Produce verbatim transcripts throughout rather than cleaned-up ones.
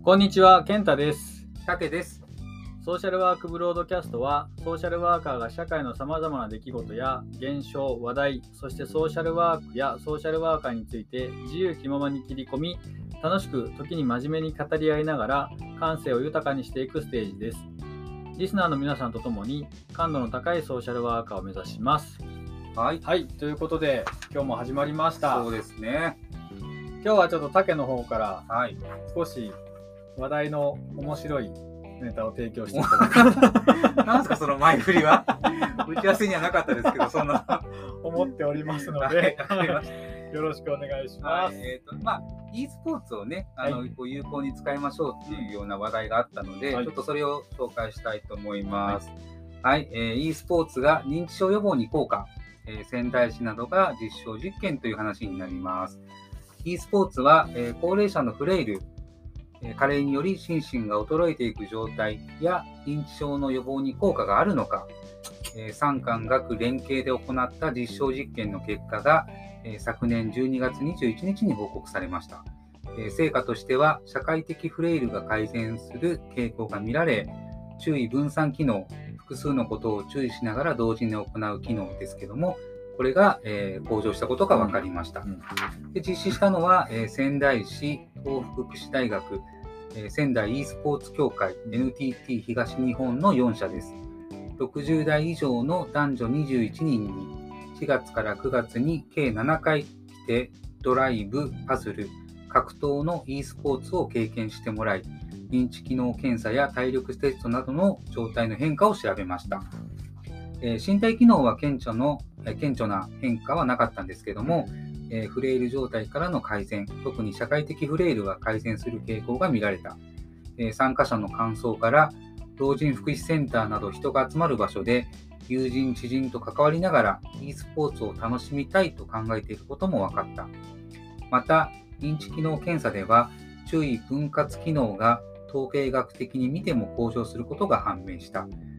こんにちは、健太です。 たけです。 ソーシャルワークブロードキャストは、ソーシャルワーカーが社会のさまざまな出来事や現象、話題、そしてソーシャルワークやソーシャルワーカーについて自由気ままに切り込み、楽しく時に真面目に語り合いながら感性を豊かにしていくステージです。リスナーの皆さんとともに感度の高いソーシャルワーカーを目指します。 はい、 はい、ということで今日も始まりました。 そうですね。 今日はちょっと竹の方からはい、 少し話題の面白いネタを提供していただくなんですかその前振りは打ち合わせにはなかったですけど、そんな思っておりますので、よろしくお願いします。 はい、えーとまあ、e スポーツをね、あの、はい、こう有効に使いましょうっていうような話題があったので、はい、ちょっとそれを紹介したいと思います。はい、はい、えー、e スポーツが認知症予防に効果、えー、仙台市などが実証実験という話になります。e スポーツは、えー、高齢者のフレイル、加齢により心身が衰えていく状態や認知症の予防に効果があるのか、産官学連携で行った実証実験の結果が昨年じゅうにがつにじゅういちにちに報告されました。成果としては社会的フレイルが改善する傾向が見られ、注意分散機能、複数のことを注意しながら同時に行う機能ですけども、これが、えー、向上したことが分かりました。うん、で実施したのは、えー、仙台市東北福祉大学、えー、仙台 e スポーツ協会 エヌティーティー 東日本のよんしゃです。ろくじゅうだい以上の男女にじゅういちにんにしがつからくがつに計ななかい来てドライブ、パズル、格闘の e スポーツを経験してもらい、認知機能検査や体力テストなどの状態の変化を調べました。えー、身体機能は顕著の、えー、顕著な変化はなかったんですけども、えー、フレイル状態からの改善、特に社会的フレイルが改善する傾向が見られた。えー、参加者の感想から、老人福祉センターなど人が集まる場所で友人知人と関わりながら e スポーツを楽しみたいと考えていることも分かった。また、認知機能検査では注意分割機能が統計学的に見ても向上することが判明した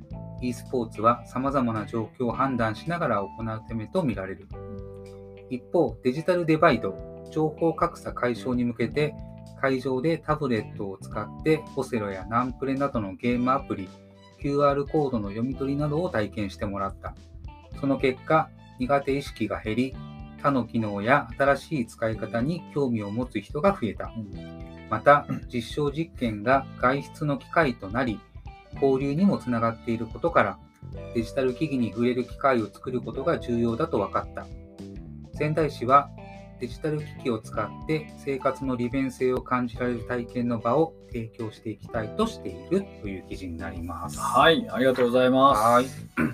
。e スポーツは様々な状況を判断しながら行うためと見られる。一方、デジタルデバイド、情報格差解消に向けて、会場でタブレットを使ってオセロやナンプレなどのゲームアプリ、キューアール コードの読み取りなどを体験してもらった。その結果、苦手意識が減り、他の機能や新しい使い方に興味を持つ人が増えた。また、実証実験が外出の機会となり、交流にもつながっていることから、デジタル機器に触れる機会を作ることが重要だと分かった。仙台市はデジタル機器を使って生活の利便性を感じられる体験の場を提供していきたいとしているという記事になります。 はい、ありがとうございます。 はい。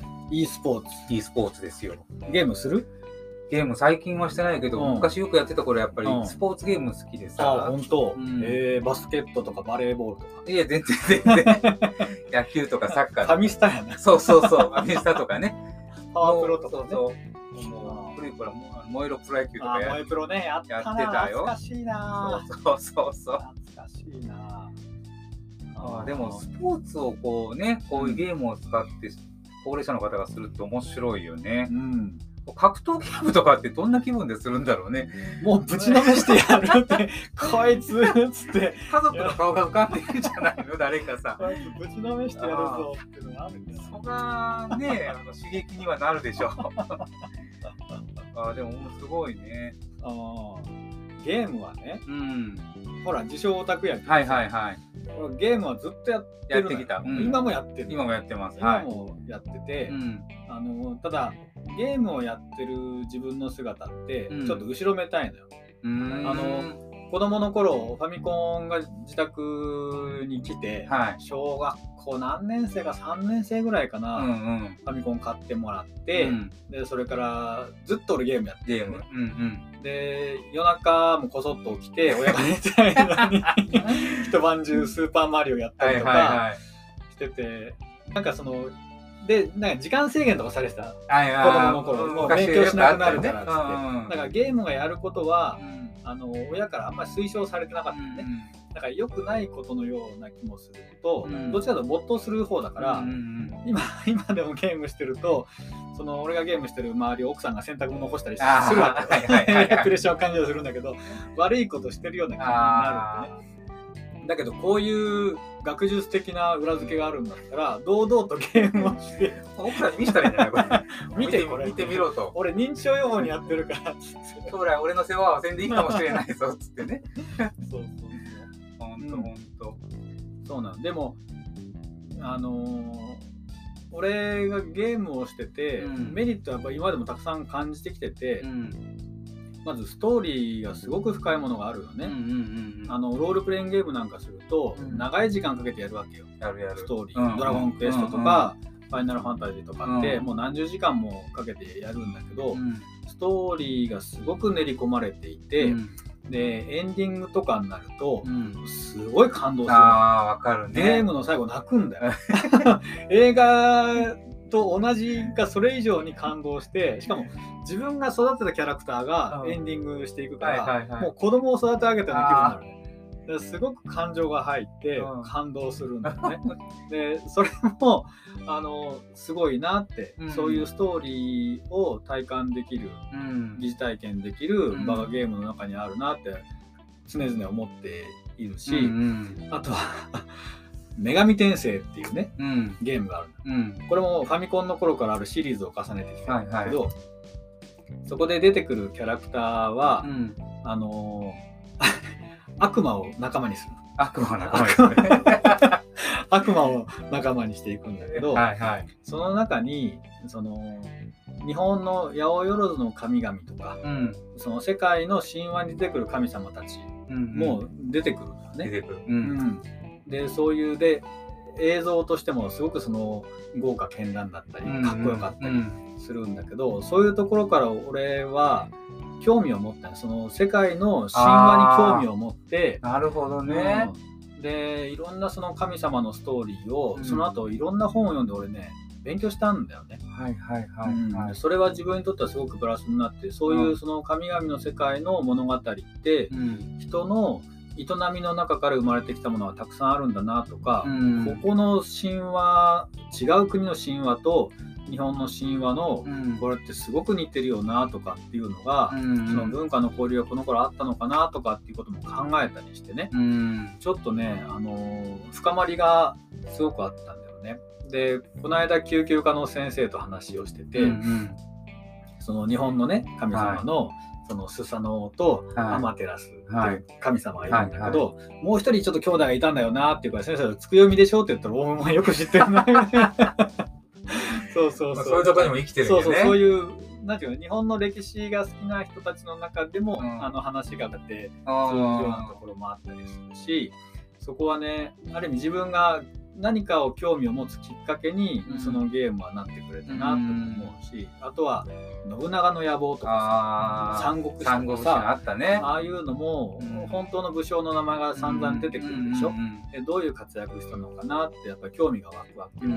e スポーツ。 e スポーツですよ。 ゲームする？ ゲーム最近はしてないけど、うん、昔よくやってた頃やっぱりスポーツゲーム好きでさ。 あ、本当。うん、えー、バスケットとかバレーボールとか。 いや全然全然。野球とかサッカー。 ファミスタやな。 そうそうそう。ファミスタとかね。 パワープロとかね。 そうそう。もう古い頃も燃えろプロ野球とかや燃えプロねやったな。やってたよ。懐かしいな。 そうそうそうそう。 懐かしいな。 あでもスポーツをこうね、こういうゲームを使って高齢者の方がするって面白いよね。うん。格闘ゲームとかってどんな気分でするんだろうね。 もうぶちのめしてやるってこいつっつって家族の顔が浮かんでるんじゃないの誰かさ。 こいつぶちのめしてやるぞっていうのがあるんだよ。 それがねあの刺激にはなるでしょう。あでもすごいね。 あゲームはね、 うん、 ほら自称オタクやん。 はいはいはい。 ゲームはずっとやってるやってきた、 うん、今もやってる。 今もやってます。 今もやってて、 はい、 あのただゲームをやってる自分の姿ってちょっと後ろめたいのよ。うん、あの子供の頃ファミコンが自宅に来て、はい、小学校何年生かさんねんせいぐらいかな、うんうん、ファミコン買ってもらって、うん、でそれからずっと俺ゲームやってる、ね、うんうん、で夜中もこそっと起きて親が寝てない間に一晩中スーパーマリオやったりとかしてて、はいはいはい、なんかそのでなんか時間制限とかされてた、はい、子供の頃もう勉強しなくなるからっつって、だからゲームがやることは、うん、あの親からあんまり推奨されてなかったんでね、うん、だから良くないことのような気もすると、うん、どっちかというと没頭する方だから、うん、今, 今でもゲームしてるとその俺がゲームしてる周りを奥さんが洗濯物干したりするわけでプレッシャーを感じたりするんだけど悪いことしてるような気になるんでね。 だけどこういう学術的な裏付けがあるんだったら堂々とゲームをして奥さんに見せたらいいんじゃないこれ見てこれ見てみろと、 俺認知症予防にやってるからっつって将来俺の世話はせんでいいかもしれないぞっつってねそうそうそうほんとほんとそうなんでもあのー、俺がゲームをしてて、うん、メリットはやっぱ今でもたくさん感じてきてて、うん、まずストーリーがすごく深いものがあるよね、うんうんうんうん、あのロールプレイングゲームなんかすると、うん、長い時間かけてやるわけよ。 やるやるストーリー、うんうん、ドラゴンクエストとか、うんうん、ファイナルファンタジーとかって、うん、もう何十時間もかけてやるんだけど、うん、ストーリーがすごく練り込まれていて、うんでエンディングとかになると、うん、すごい感動する。 あーわかるね。 ゲームの最後泣くんだよ映画と同じかそれ以上に感動して、しかも自分が育てたキャラクターがエンディングしていくから、うんはいはいはい、もう子供を育て上げたような気分になるね。すごく感情が入って感動するんだよね、うん、でそれもあのすごいなって、うん、そういうストーリーを体感できる、うん、疑似体験できる場がゲームの中にあるなって常々思っているし、うんうん、あとは女神転生っていうね、うん、ゲームがある、うん、これもファミコンの頃からあるシリーズを重ねてきてるんだけど、はいはい、そこで出てくるキャラクターは、うん、あの悪魔を仲間にする。 悪魔を仲間にする悪魔を仲間にしていくんだけど、 はいはい、 その中にその日本の八百万の神々とか、うん、その世界の神話に出てくる神様たちも出てくるんだよね。 出てくる、うんうん、 でそういうで映像としてもすごくその豪華絢爛だったりかっこよかったりするんだけど、うんうん、そういうところから俺は興味を持った、その世界の神話に興味を持って、 なるほどね、 うん、でいろんなその神様のストーリーを、うん、その後いろんな本を読んで俺ね勉強したんだよね。 はいはいはい、はい、 うん、それは自分にとってはすごくプラスになって、そういうその神々の世界の物語って、うん、人の営みの中から生まれてきたものはたくさんあるんだなとか、うん、ここの神話違う国の神話と日本の神話のこれってすごく似てるよなとかっていうのが、うん、その文化の交流がこの頃あったのかなとかっていうことも考えたりしてね、うん、ちょっとね、あのー、深まりがすごくあったんだよね。でこの間救急科の先生と話をしてて、うんうん、その日本のね神様の、はい、そのスサノオとアマテラスっていう神様がいるんだけど、はいはいはい、もう一人ちょっと兄弟がいたんだよなっていうから、先生はつくよみでしょって言ったら、お前よく知ってるなそうそうそう、 そういうところにも生きてるんだよね。 そうそう、そういうなんていうの、日本の歴史が好きな人たちの中でも、うん、あの話が出てそういうようなところもあったりするし、そこはね、ある意味自分が何かを興味を持つきっかけに、うん、そのゲームはなってくれたなと思うし、うん、あとは信長の野望とかさ、三国志とかさ、 あったね、 ああいうのも、うん、本当の武将の名前が散々出てくるでしょ、うん、でどういう活躍したのかなってやっぱり興味が湧くわけ、うん、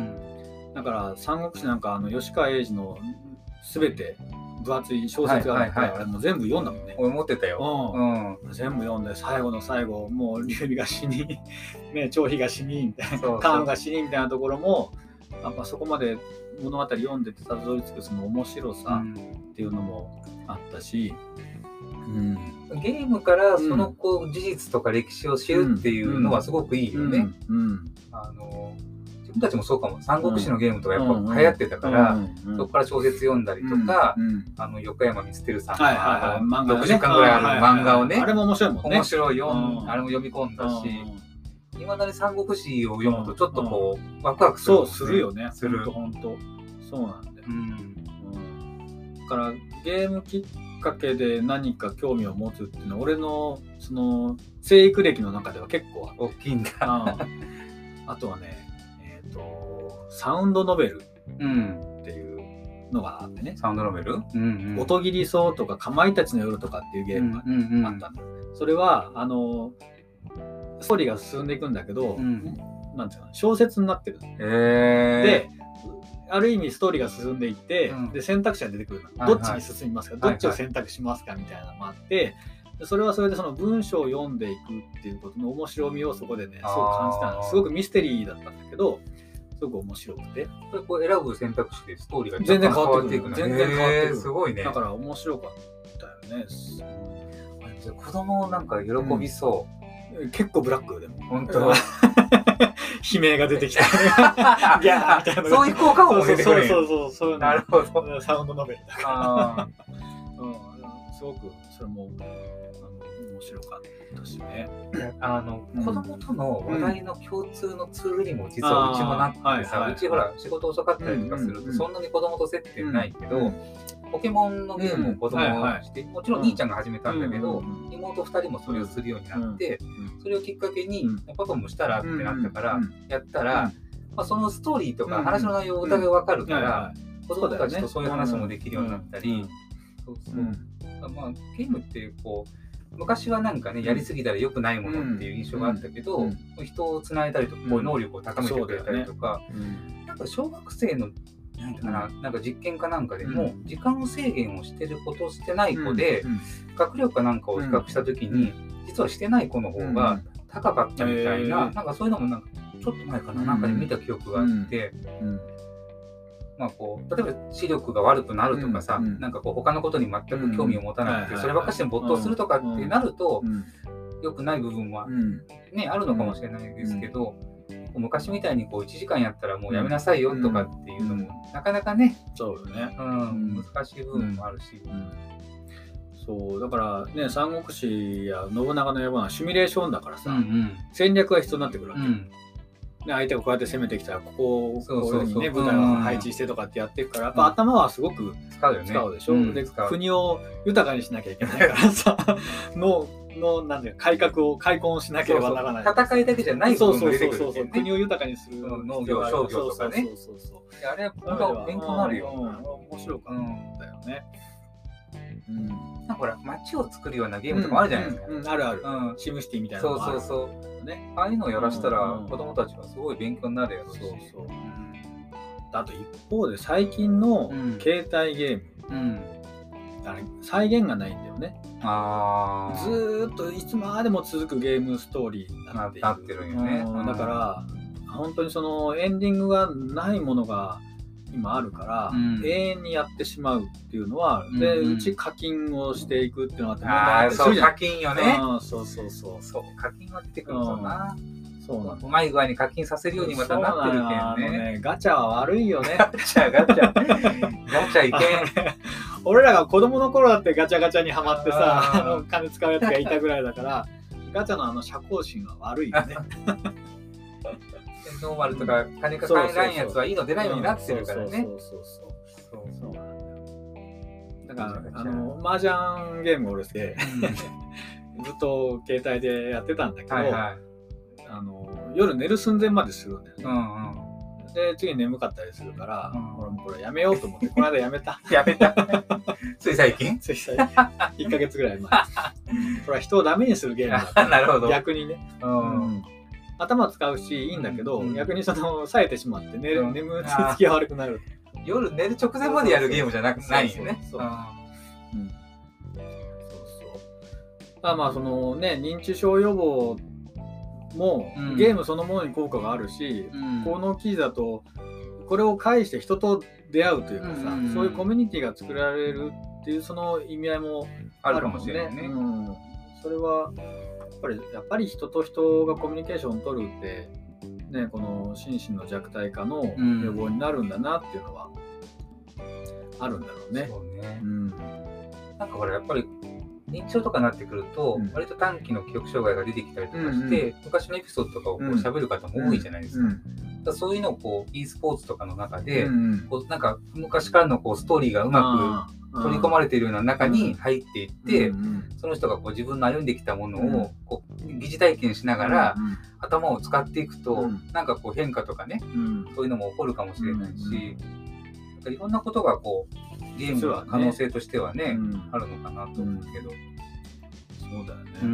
だから三国志なんかあの吉川英治の全て分厚い小説があるから、はいはいはい、もう全部読んだもんね。 俺持ってたよ、 うんうん、全部読んで最後の最後もう劉備が死にね、張飛が死にみたいな、関羽が死にみたいなところもやっぱそこまで物語読んでてたどり着くその面白さっていうのもあったし、 うん、ゲームからそのこう事実とか歴史を知るっていうのはすごくいいよね、うんうんうん、あの自分たちもそうかも。三国志のゲームとかやっぱ流行ってたから、うんうんうん、そこから小説読んだりとか、うんうん、あの横山光輝さんの、はいはいはい、ろくじゅっかんぐらいある漫画をね、 あれも面白いもんね。 面白いよ、うん、あれも読み込んだし、いまだに三国志を読むとちょっとこう、うん、ワクワクする、ね、 そうするよね。 する。 本当そうなんだよ、うんうん。だからゲームきっかけで何か興味を持つっていうのは俺のその生育歴の中では結構大きいんだ。 あとはね。サウンドノベルっていうのがあってね、 うん、サウンドノベル、 うんうん、音切り草とかかまいたちの夜とかっていうゲームがあったの、うんうんうん、それはあのストーリーが進んでいくんだけど、うん、なんていうの、小説になってる、 へである意味ストーリーが進んでいって、うん、で選択肢が出てくるの、どっちに進みますか、はいはい、どっちを選択しますかみたいなのもあって、それはそれでその文章を読んでいくっていうことの面白みをそこでねすごく感じたの。すごくミステリーだったんだけどすごく面白くて、 それこう選ぶ選択肢でストーリーが全然変わってくる。全然変わってくる。 すごいね。 だから面白かったよね。 子供なんか喜びそ結構ブラックでも本当悲鳴が出てきたギャーみたいなそういう効果音も出てくる。 そうそうそうそう。 なるほど。 サウンドノベルだから、うん、すごくそれもあの面白かったしね。 あの子供との話題の共通のツールにも実はうちもなっててさ、うちほら仕事遅かったりとかするとそんなに子供と接点ないけど、ポケモンのゲームを子供がして、もちろん兄ちゃんが始めたんだけど、妹ふたりもそれをするようになって、それをきっかけにパパもしたらってなったからやったら、まあ、そのストーリーとか話の内容お互い分かるから、子供たちとそういう話もできるようになったり、そうそう、まあゲームってこう昔はなんかねやりすぎたら良くないものっていう印象があったけど、人をつないだりとかこういう能力を高めてくれたりとか、なんか小学生のなんていうかな、なんか実験かなんかでも、時間制限をしてる子としてない子で、学力かなんかを比較したときに、実はしてない子の方が高かったみたいな、なんかそういうのもなんかちょっと前かな、なんかで見た記憶があって、まあこう例えば視力が悪くなるとかさ、なんかこう他のことに全く興味を持たなくて、そればっかしに没頭するとかってなると、良くない部分はねあるのかもしれないですけど、昔みたいにこういちじかんやったらもうやめなさいよとかっていうのも、うん、なかなかね、 そうよね、 うん、難しい部分もあるし、うんうん、そうだからね、三国志や信長の野望はシミュレーションだからさ、うんうん、戦略が必要になってくるわけ、うん、で相手がこうやって攻めてきたらここをこういうふうにね部隊を配置してとかってやっていくから、やっぱ頭はすごく使うよね、使うでしょ、うん、で国を豊かにしなきゃいけないからさののなんていう改革を開墾しなければならない。 そうそう、戦いだけじゃない部分も出てくる、ね、 そうそうそうそう、国を豊かにする農業商業とかね。 そうそうそうそう、 あれは本当勉強になるよ。 うん、面白かったよね。 うん、なんかほら街を作るようなゲームとかもあるじゃないですか。 うんうんうん、あるある、うん。シムシティみたいなのもある。 そうそうそう。ね、ああいうのをやらしたら子供たちはすごい勉強になるやろうし。そうそう。うん、 あと一方で最近の携帯ゲーム。うんうん再現がないんだよね。 あずーっといつまでも続くゲームストーリーになっている。 なってるよね。 だから本当にそのエンディングがないものが今あるから、うん、永遠にやってしまうっていうのは、うん、でうち課金をしていくっていうのがあって、問題あってそう課金よね。 そうそうそうそう課金が出てくるんだな。そうなんうまい具合に課金させるようにまたなってるけん ね, ねガチャは悪いよね。 ガチャガチャガチャいけん。 俺らが子供の頃だってガチャガチャにはまってさ、あの金使うやつがいたぐらいだからガチャのあの社交心は悪いよね。 ノーマルとか金かかえないやつはいいの出ないようになってるからね。 そうそうそうそう。だからあの麻雀ゲームを俺でずっと携帯でやってたんだけど、はいはい、あの夜寝る寸前までするんだよね。うんうんで次に眠かったりするから、うん、俺もこれやめようと思ってこの間やめた。 やめた。つい最近？ つい最近。いっかげつぐらい前。これは人をダメにするゲームだから。 なるほど。 逆にね。うんうん、頭使うしいいんだけど、うん、逆にその冴えてしまって寝る、うん、眠つきが悪くなる。 夜寝る直前までやるゲームじゃなくないよね。 そうそう。あまあそのね認知症予防もうゲームそのものに効果があるし、うん、この記事だとこれを介して人と出会うというかさ、うん、そういうコミュニティが作られるっていうその意味合いもあるかもしれないね。うん、それはやっぱりやっぱり人と人がコミュニケーションを取るってねこの心身の弱体化の予防になるんだなっていうのはあるんだろうね。 そうね。うん、なんかほらやっぱり認知症とかになってくると、うん、割と短期の記憶障害が出てきたりとかして、うんうん、昔のエピソードとかをこう喋る方も多いじゃないですか。うんうん、だそういうのをこう e スポーツとかの中で、うんうん、こうなんか昔からのこうストーリーがうまく取り込まれているような中に入っていって、うんうん、その人がこう自分の歩んできたものをこう疑似体験しながら、うんうん、頭を使っていくと、うん、なんかこう変化とかね、うん、そういうのも起こるかもしれないし、うんうん、なんかいろんなことがこうゲームの可能性としてはね、うん、あるのかなと思うけど、 うん、そうだよね。 うん。うん、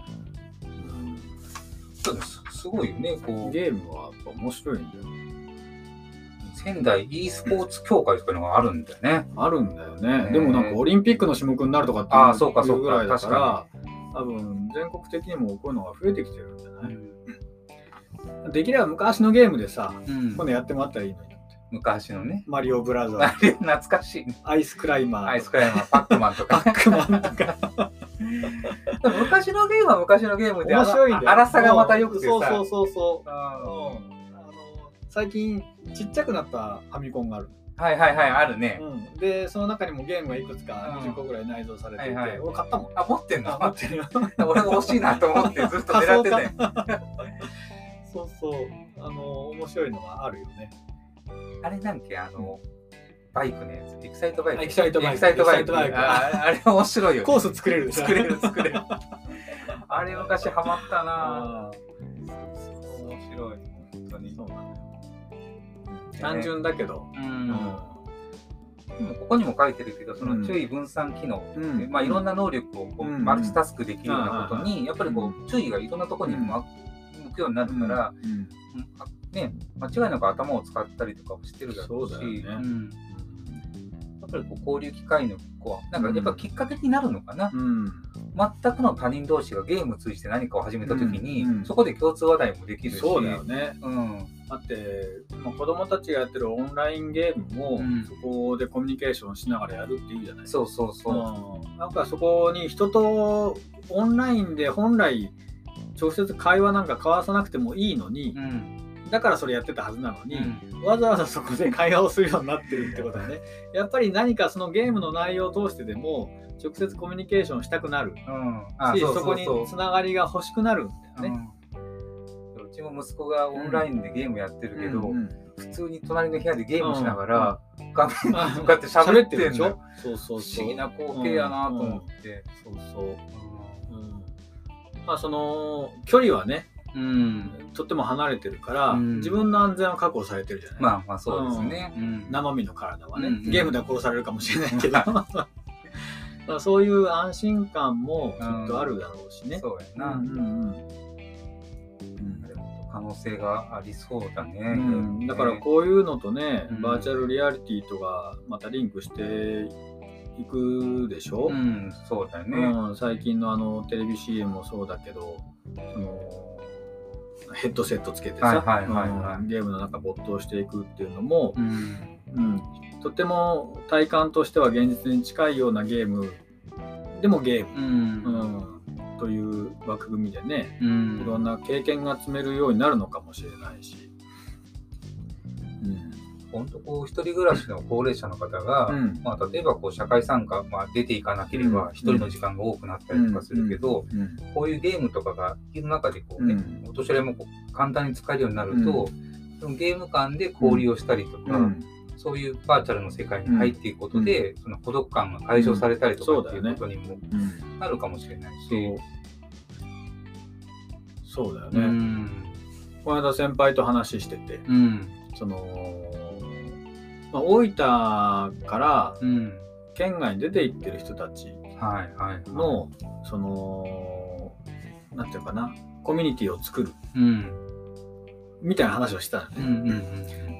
そうです。すごいよね。こうゲームはやっぱ面白いんだよ。 仙台 e スポーツ協会とかいうのがあるんだよね。 あるんだよね。ねでもなんかオリンピックの種目になるとかっていうぐらいだから、多分全国的にもこういうのが増えてきてるんじゃない？うん、できれば昔のゲームでさ、うん、今度やってもらったらいいのに。 昔のねマリオブラザーズ懐かしいアイスクライマーアイスクライマーパックマンとかパックマンとか昔のゲームは昔のゲームで面白いんだよ。 荒さがまたよくてさ、 そうそうそうそう、あの最近ちっちゃくなったファミコンがある。 はいはいはい、あるね、 うん、でその中にもゲームがいくつかにじゅっこぐらい内蔵されていて、うんはいはい、俺買ったもん。 あ、持ってんの？ 持ってるよ俺が欲しいなと思ってずっと狙っててそうそう、あの面白いのがあるよね。 あれなんけ、あのバイクのやつ、エキサイトバイク。 エキサイトバイク。 エキサイトバイク。あ, あれ面白いよね。 コース作れるでしょ。 作れる作れる。あれ昔ハマったな。面白い。本当に。そうなんだよ。 単純だけど。 うん。ここにも書いてるけど、その注意分散機能、うん、まあいろんな能力をこう、うん、マルチタスクできるようなことに、うん、やっぱりこう注意がいろんなところに向くようになるから、うんうんね、間違いなく頭を使ったりとかもしてるだろうし、そうだよね。うん、やっぱりこう交流機会のこうなんかやっぱきっかけになるのかな。うん、全くの他人同士がゲームを通じて何かを始めた時に、うんうん、そこで共通話題もできるし。 そうだよね。うん。だって、まあ、子供たちがやってるオンラインゲームも、うん、そこでコミュニケーションしながらやるっていうじゃないですか。 そうそうそう。 うん、なんかそこに人とオンラインで本来直接会話なんか交わさなくてもいいのに、うん、だからそれやってたはずなのに、うん、わざわざそこで会話をするようになってるってことはね、やっぱり何かそのゲームの内容を通してでも直接コミュニケーションしたくなる、うん、し、そこにつながりが欲しくなるんだよね。うん、 うちも息子がオンラインでゲームやってるけど、うんうん、普通に隣の部屋でゲームしながら、うん、画面に向かって喋ってるんでしょ。 そうそうそう。 不思議な光景やなと思って。 うんうん、そうそう。うん、まあその距離はね、うん、とっても離れてるから、うん、自分の安全は確保されてるじゃない。 まあまあそうですね。うん、 生身の体はね、うんうん、ゲームでは殺されるかもしれないけどそういう安心感もきっとあるだろうしね。うん、 そうやな。うんうんうん可能性がありそうだね。うん、 だからこういうのとね、うん、バーチャルリアリティとかまたリンクしていくでしょ。 うん、そうだね。 うん、最近のあのテレビ シーエム もそうだけど、そのヘッドセットつけてさ、はいはいはいはい、うん、ゲームの中没頭していくっていうのも、うんうん、とても体感としては現実に近いようなゲームでもゲーム。うんうんという枠組みでね、うん、いろんな経験が積めるようになるのかもしれないし、 うん、本当こう一人暮らしの高齢者の方が、うんまあ、例えばこう社会参加、まあ、出ていかなければ一人の時間が多くなったりとかするけど、うんうん、こういうゲームとかが家の中でこう、ねうん、お年寄りもこう簡単に使えるようになると、うん、そのゲーム館で交流をしたりとか、うんそういうバーチャルの世界に入っていくことで、うん、その孤独感が解消されたりとかっていうことにもなるかもしれないし、 そうだよね。うん、この間先輩と話してて、うん、その、まあ、大分から県外に出て行ってる人たちのそのなんていうかなコミュニティを作る、うん、みたいな話をしたのね。うんうんうん、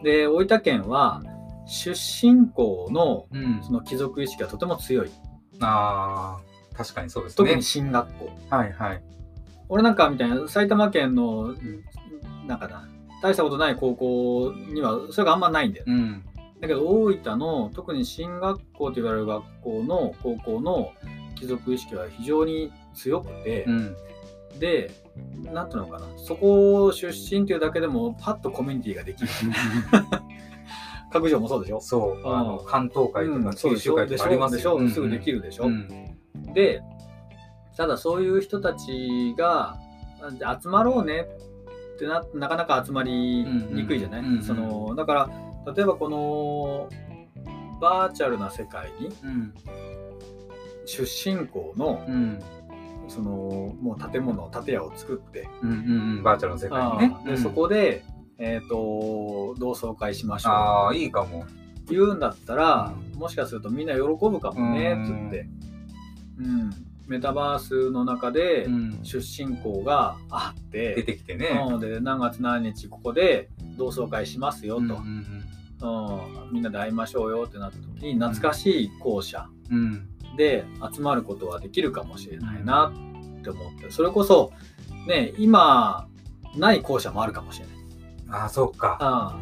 で大分県は出身校のその帰属意識がとても強い。うん、 ああ、確かにそうですね。 特に進学校。 はいはい。 俺なんかみたいな埼玉県のなんかな大したことない高校にはそれがあんまないんだよね。うん、だけど大分の特に進学校と言われる学校の高校の帰属意識は非常に強くて、うん、でなんていうのかなそこ出身というだけでもパッとコミュニティができる。各条もそうでしょ。 そう、あの関東会とか九州会とかありますよ。 すぐできるでしょ。うん、で、ただそういう人たちが集まろうねってななかなか集まりにくいじゃない。うんうん、そのだから例えばこのバーチャルな世界に、うん、出身校の、うん、そのもう建物建屋を作って、 うんうんうん、バーチャルの世界にね。 で、うん、そこでえーと、同窓会しましょう。 ああ、いいかも。 言うんだったら、うん、もしかするとみんな喜ぶかもね、つって。うん。メタバースの中で出身校があって、 出てきてね。 うん、で、何月何日ここで同窓会しますよと。うんうんうん、みんなで会いましょうよってなった時に、懐かしい校舎で集まることはできるかもしれないなって思って、それこそ、ね、今、ない校舎もあるかもしれない。 ああ、そっか。 あ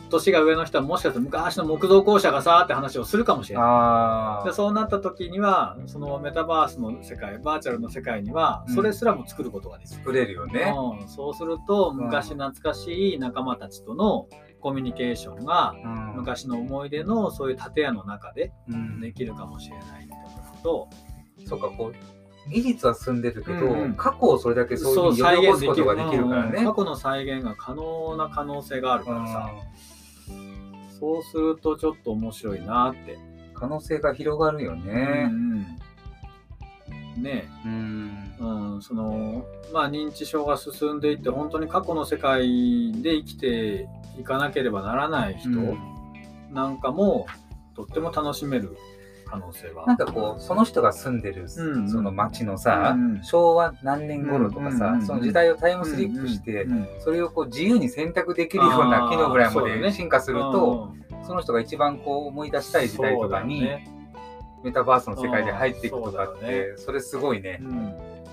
年が上の人はもしかしたら昔の木造校舎がさーって話をするかもしれない。でそうなった時にはそのメタバースの世界、バーチャルの世界にはそれすらも作ることができる、 うん、作れるよね、 うん、そうすると昔懐かしい仲間たちとのコミュニケーションが、うん、昔の思い出のそういう建屋の中でできるかもしれないって思うと、 うん、そうか、こう技術は進んでるけど、うんうん、過去をそれだけそういうふうに呼び起こすことができるからね、 過去の再現が可能な可能性があるからさ、そうするとちょっと面白いなって。 可能性が広がるよね。 うんうん、ねえ、うんうん、そのまあ認知症が進んでいって本当に過去の世界で生きていかなければならない人なんかもとっても楽しめる可能性は。 なんかこうその人が住んでる、うん、その町のさ、うん、昭和何年頃とかさ、うんうん、その時代をタイムスリップして、うんうん、それをこう自由に選択できるような機能ぐらいまで進化すると、そ, ね、その人が一番こう思い出したい時代とかに、ね、メタバースの世界で入っていくとかって、ね、それすごいね、うん、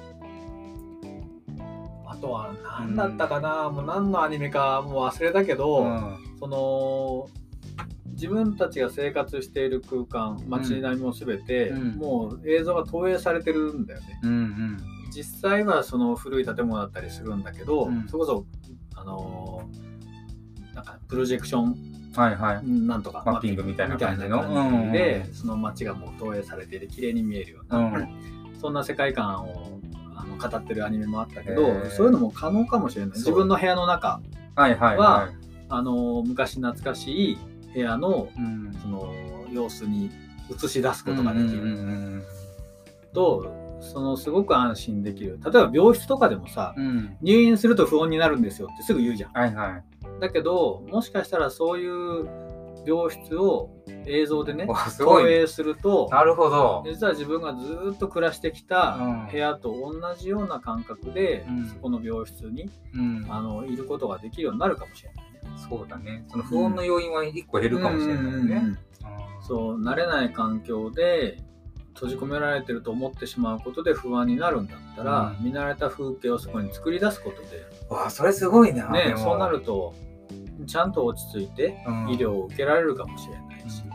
あとは何だったかな、うん、もう何のアニメかもう忘れたけど、うん、その自分たちが生活している空間、街並みも全て、うん、もう映像が投影されてるんだよね、うんうん、実際はその古い建物だったりするんだけど、うん、それこそあのー、なんかプロジェクション、 はいはい、 なんとかマッピングみたいな感じの感じで、うん、その街がもう投影されていて綺麗に見えるような、うん、そんな世界観をあの語ってるアニメもあったけど、そういうのも可能かもしれない。自分の部屋の中は、はいはいはい、あの昔懐かしい部屋の、うん、その様子に映し出すことができる、うんうんうん、とそのすごく安心できる。例えば病室とかでもさ、うん、入院すると不穏になるんですよってすぐ言うじゃん、はいはい、だけどもしかしたらそういう病室を映像でね投影すると、 なるほど、 実は自分がずっと暮らしてきた部屋と同じような感覚で、うん、そこの病室に、うん、あのいることができるようになるかもしれない。 そうだね。その不穏の要因はいっこ減るかもしれないね。うんうんうん、 そう、慣れない環境で閉じ込められてると思ってしまうことで不安になるんだったら、うん、見慣れた風景をそこに作り出すことで、 わあ、それすごいな。 ね、そうなるとちゃんと落ち着いて医療を受けられるかもしれないし、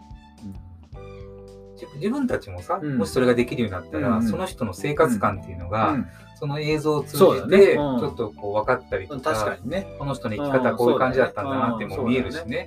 うんうん、自分たちもさ、うん、もしそれができるようになったら、うん、その人の生活感っていうのが、うんうん、その映像を通じてちょっとこう分かったりとか、 確かにね、 この人の生き方はこういう感じだったんだなっても見えるしね。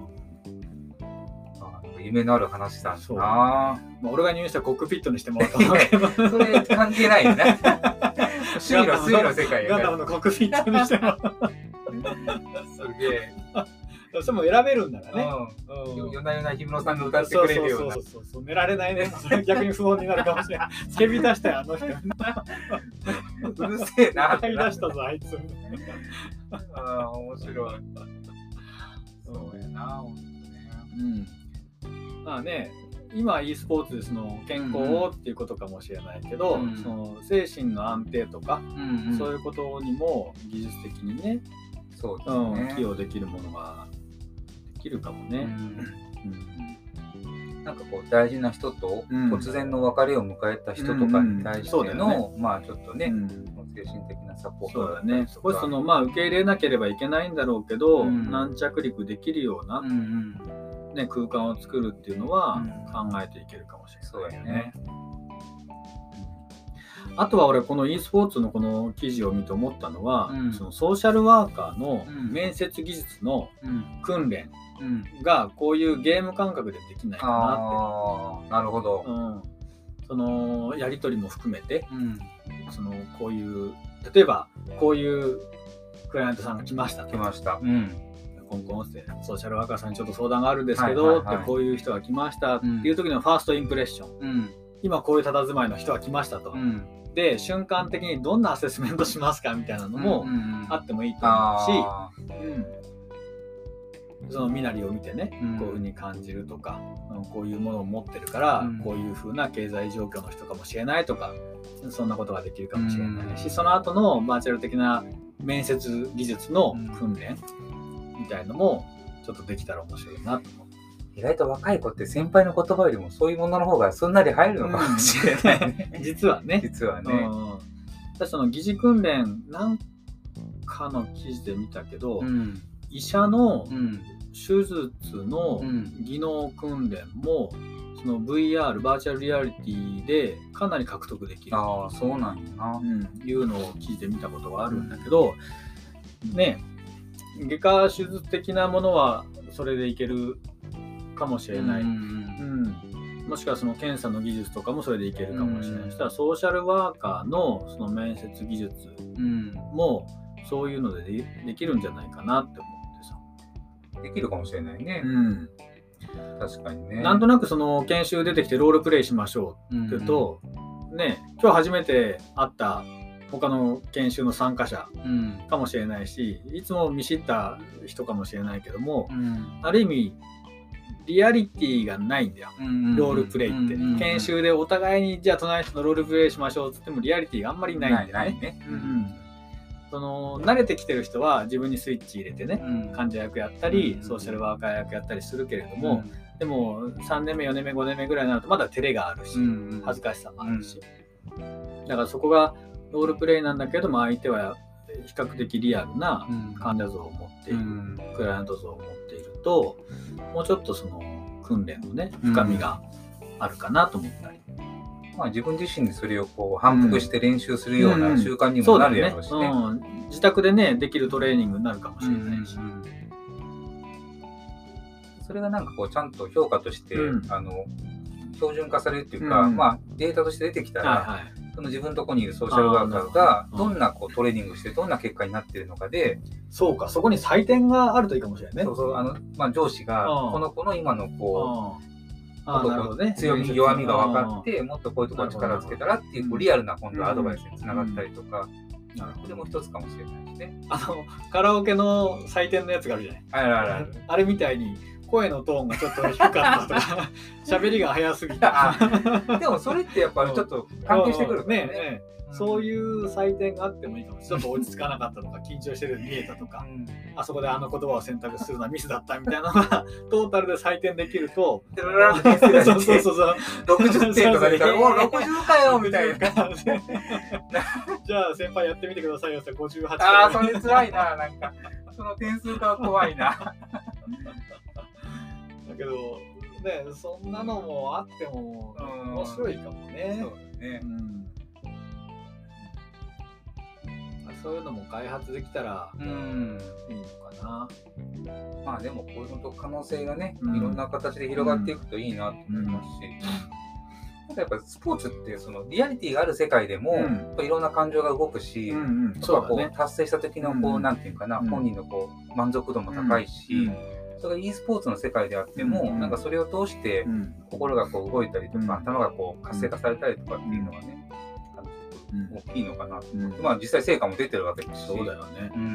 夢のある話だな。 まあ、俺が入院したらコックピットにしてもらったんだけどそれ関係ないよね趣味の趣味の世界やからガンダムのコックピットにしてもらったすげえそれも選べるんだからね、 うん、夜な夜な氷室さんが歌ってくれるような、 そうそうそうそう、寝られないね逆に不穏になるかもしれないつけ火出したよあの人うるせえな使い出したぞあいつああ面白いそうやな本当ね、うんまあね、今 e スポーツでその健康をっていうことかもしれないけど、うんうん、その精神の安定とか、うんうん、そういうことにも技術的にね、 そうですね、 うん、寄与できるものができるかもね、うんうん、なんかこう大事な人と突然の別れを迎えた人とかに対しての、うん、まあちょっとね、うん、精神的なサポートそうだね、少しそのまあ受け入れなければいけないんだろうけど、うん、軟着陸できるような、うんうんね、空間を作るっていうのは考えていけるかもしれない、ね、 そうやね。 あとは俺この e スポーツのこの記事を見て思ったのは、うん、そのソーシャルワーカーの面接技術の訓練がこういうゲーム感覚でできないかなって、 あ、なるほど、 うん、そのやり取りも含めて、うん、そのこういう例えばこういうクライアントさんが来ましたと来ました、うん、 コンコンってソーシャルワーカーさんにちょっと相談があるんですけど、はいはいはい、ってこういう人が来ましたっていう時のファーストインプレッション、うん、今こういう佇まいの人が来ましたと、うん、で瞬間的にどんなアセスメントしますかみたいなのもあってもいいと思うし、うん、その身なりを見てね、うん、こういう風に感じるとか、うん、こういうものを持ってるから、うん、こういう風な経済状況の人かもしれないとか、そんなことができるかもしれないし、うん、その後のバーチャル的な面接技術の訓練みたいのもちょっとできたら面白いなと思う。 意外と若い子って先輩の言葉よりもそういうものの方がすんなり入るのかもしれない、ね、 うん、実はね実はね、 うん、その疑似訓練なんかの記事で見たけど、うん、医者の手術の技能訓練も、うん、その ブイアール バーチャルリアリティでかなり獲得できる。 ああ、そうなんやな、 うん、いうのを聞いてみたことがあるんだけど、うん、ね、外科手術的なものはそれでいけるかもしれない。うんうん、もしくはその検査の技術とかもそれでいけるかもしれない。そしたらソーシャルワーカーのその面接技術もそういうので で, できるんじゃないかなって思ってさ。 できるかもしれないね。 うん、 確かにね。 なんとなくその研修出てきてロールプレイしましょうって言うと、うんうん、ね、今日初めて会った他の研修の参加者かもしれないし、いつも見知った人かもしれないけども、うん、ある意味リアリティがないんだよ、うんうん、ロールプレイって、うんうん、研修でお互いにじゃあ隣の人のロールプレイしましょうって言ってもリアリティがあんまりないんだよね。ないないね、うんうん、その慣れてきてる人は自分にスイッチ入れてね、うん、患者役やったり、うん、ソーシャルワーカー役やったりするけれども、うん、でもさんねんめよねんめごねんめぐらいになるとまだ照れがあるし、うん、恥ずかしさもあるし、うん、だからそこがロールプレイなんだけども相手は比較的リアルな患者像を持っている、うん、クライアント像を持っているともうちょっとその訓練のね深みがあるかなと思ったり、 うん、まあ、自分自身でそれをこう反復して練習するような習慣にもなるやろうしね、うんうん、 自宅でねできるトレーニングになるかもしれないし、うんうん、 それがなんかこうちゃんと評価として、うん、あの標準化されるっていうか、うん、まあ、データとして出てきたら、はいはい、その自分のところにいるソーシャルワーカーがどんなこうトレーニングしてどんな結果になっているのかで、 そうか、そこに採点があるといいかもしれないね。 そうそう、あの、まあ、上司がこの子の今のこう、もっとこう強み弱みが分かってもっとこういうところに力をつけたらっていう、こうリアルな今度アドバイスにつながったりとか、それも一つかもしれないですね。 あのカラオケの採点のやつがあるじゃない。 あるあるある。 あれみたいに声のトーンがちょっと低かったとか喋りが早すぎたでもそれってやっぱりちょっと関係してくるからね。 ねえねえ、うん、そういう採点があってもいいかもしれない。ちょっと落ち着かなかったとか緊張してるように見えたとか、うん、あそこであの言葉を選択するのはミスだったみたいなのがトータルで採点できるとそうそうそうそうろくじゅってんとか出たらおろくじゅうかよみたいなじゃあ先輩やってみてくださいよってごじゅうはち。 ああ、それつらいな。なんかその点数が怖いなだけどね、そんなのもあっても面白いかもね。 そうだね、うん、 そういうのも開発できたらいいのかな、 うん、まあでもこういうのと可能性がね、うん、いろんな形で広がっていくといいなと思いますし、うん、やっぱスポーツってそのリアリティがある世界でも、うん、いろんな感情が動くし、うんうん、とかこう、ね、達成した時のこう、うん、なんていうかな、うん、本人のこう満足度も高いし、うんうん、それが e スポーツの世界であっても、うん、なんかそれを通して心がこう動いたりとか、うん、頭がこう活性化されたりとかっていうのがね、うん、大きいのかなと思って、うん、まあ実際成果も出てるわけですし。 そうだよね、うん、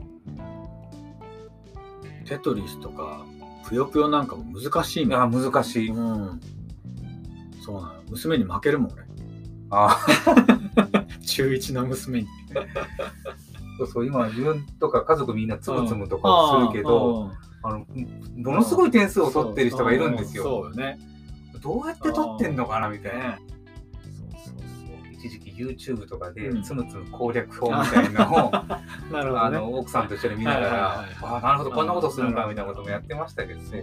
テトリスとかぷよぷよなんかも難しいもん。 あ、難しい、うん、 そうなの。娘に負けるもん俺。 あ中いちの娘にそうそう、今自分とか家族みんなつむつむとかするけど、あのものすごい点数を取ってる人がいるんですよ。 そうよね。 どうやって取ってんのかなみたいな。一時期 YouTube とかでつむつむ攻略法みたいなのを、うんなるほどね、あの奥さんと一緒に見ながら、はいはいはい、あ、なるほどこんなことするんだみたいなこともやってましたけどね。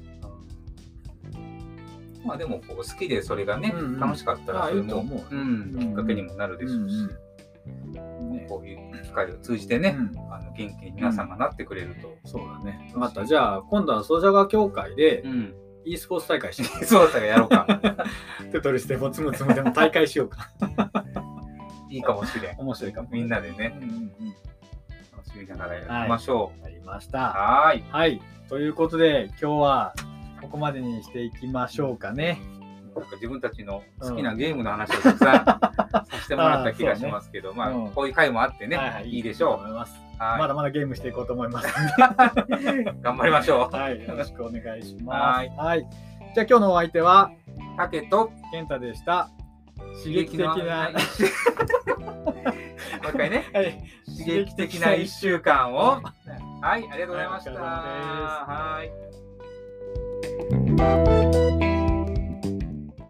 まあでもこう好きでそれがね、うんうん、楽しかったらそれも、うん、きっかけにもなるでしょうし、うんうん、こういう機会を通じてね、うん、あの元気に皆さんがなってくれると、 うん、そうだね。またじゃあ今度はソーシャルワーカー協会で、うん、e スポーツ大会しよう。そうだったらやろうか。 テトリスでもつむつむでも大会しようか。 いいかもしれん。 面白いかも。 みんなでね、うんうんうん、楽しみながらやりましょう。 はい、やりました。 はい。 はい。ということで今日はここまでにしていきましょうかね。 なんか自分たちの好きなゲームの話をたくさんさせてもらった気がしますけど、あ、ね、まあ、うん、こういう回もあってね、はいはい、いいでしょう。いいと思います。はい、まだまだゲームしていこうと思います。頑張りましょう。はい、よろしくお願いします。はい。はい、じゃあ今日のお相手はタケとケンタでした。刺激的なもう一回ね、はい、刺激的ないっしゅうかんをはい、ありがとうございました。はい。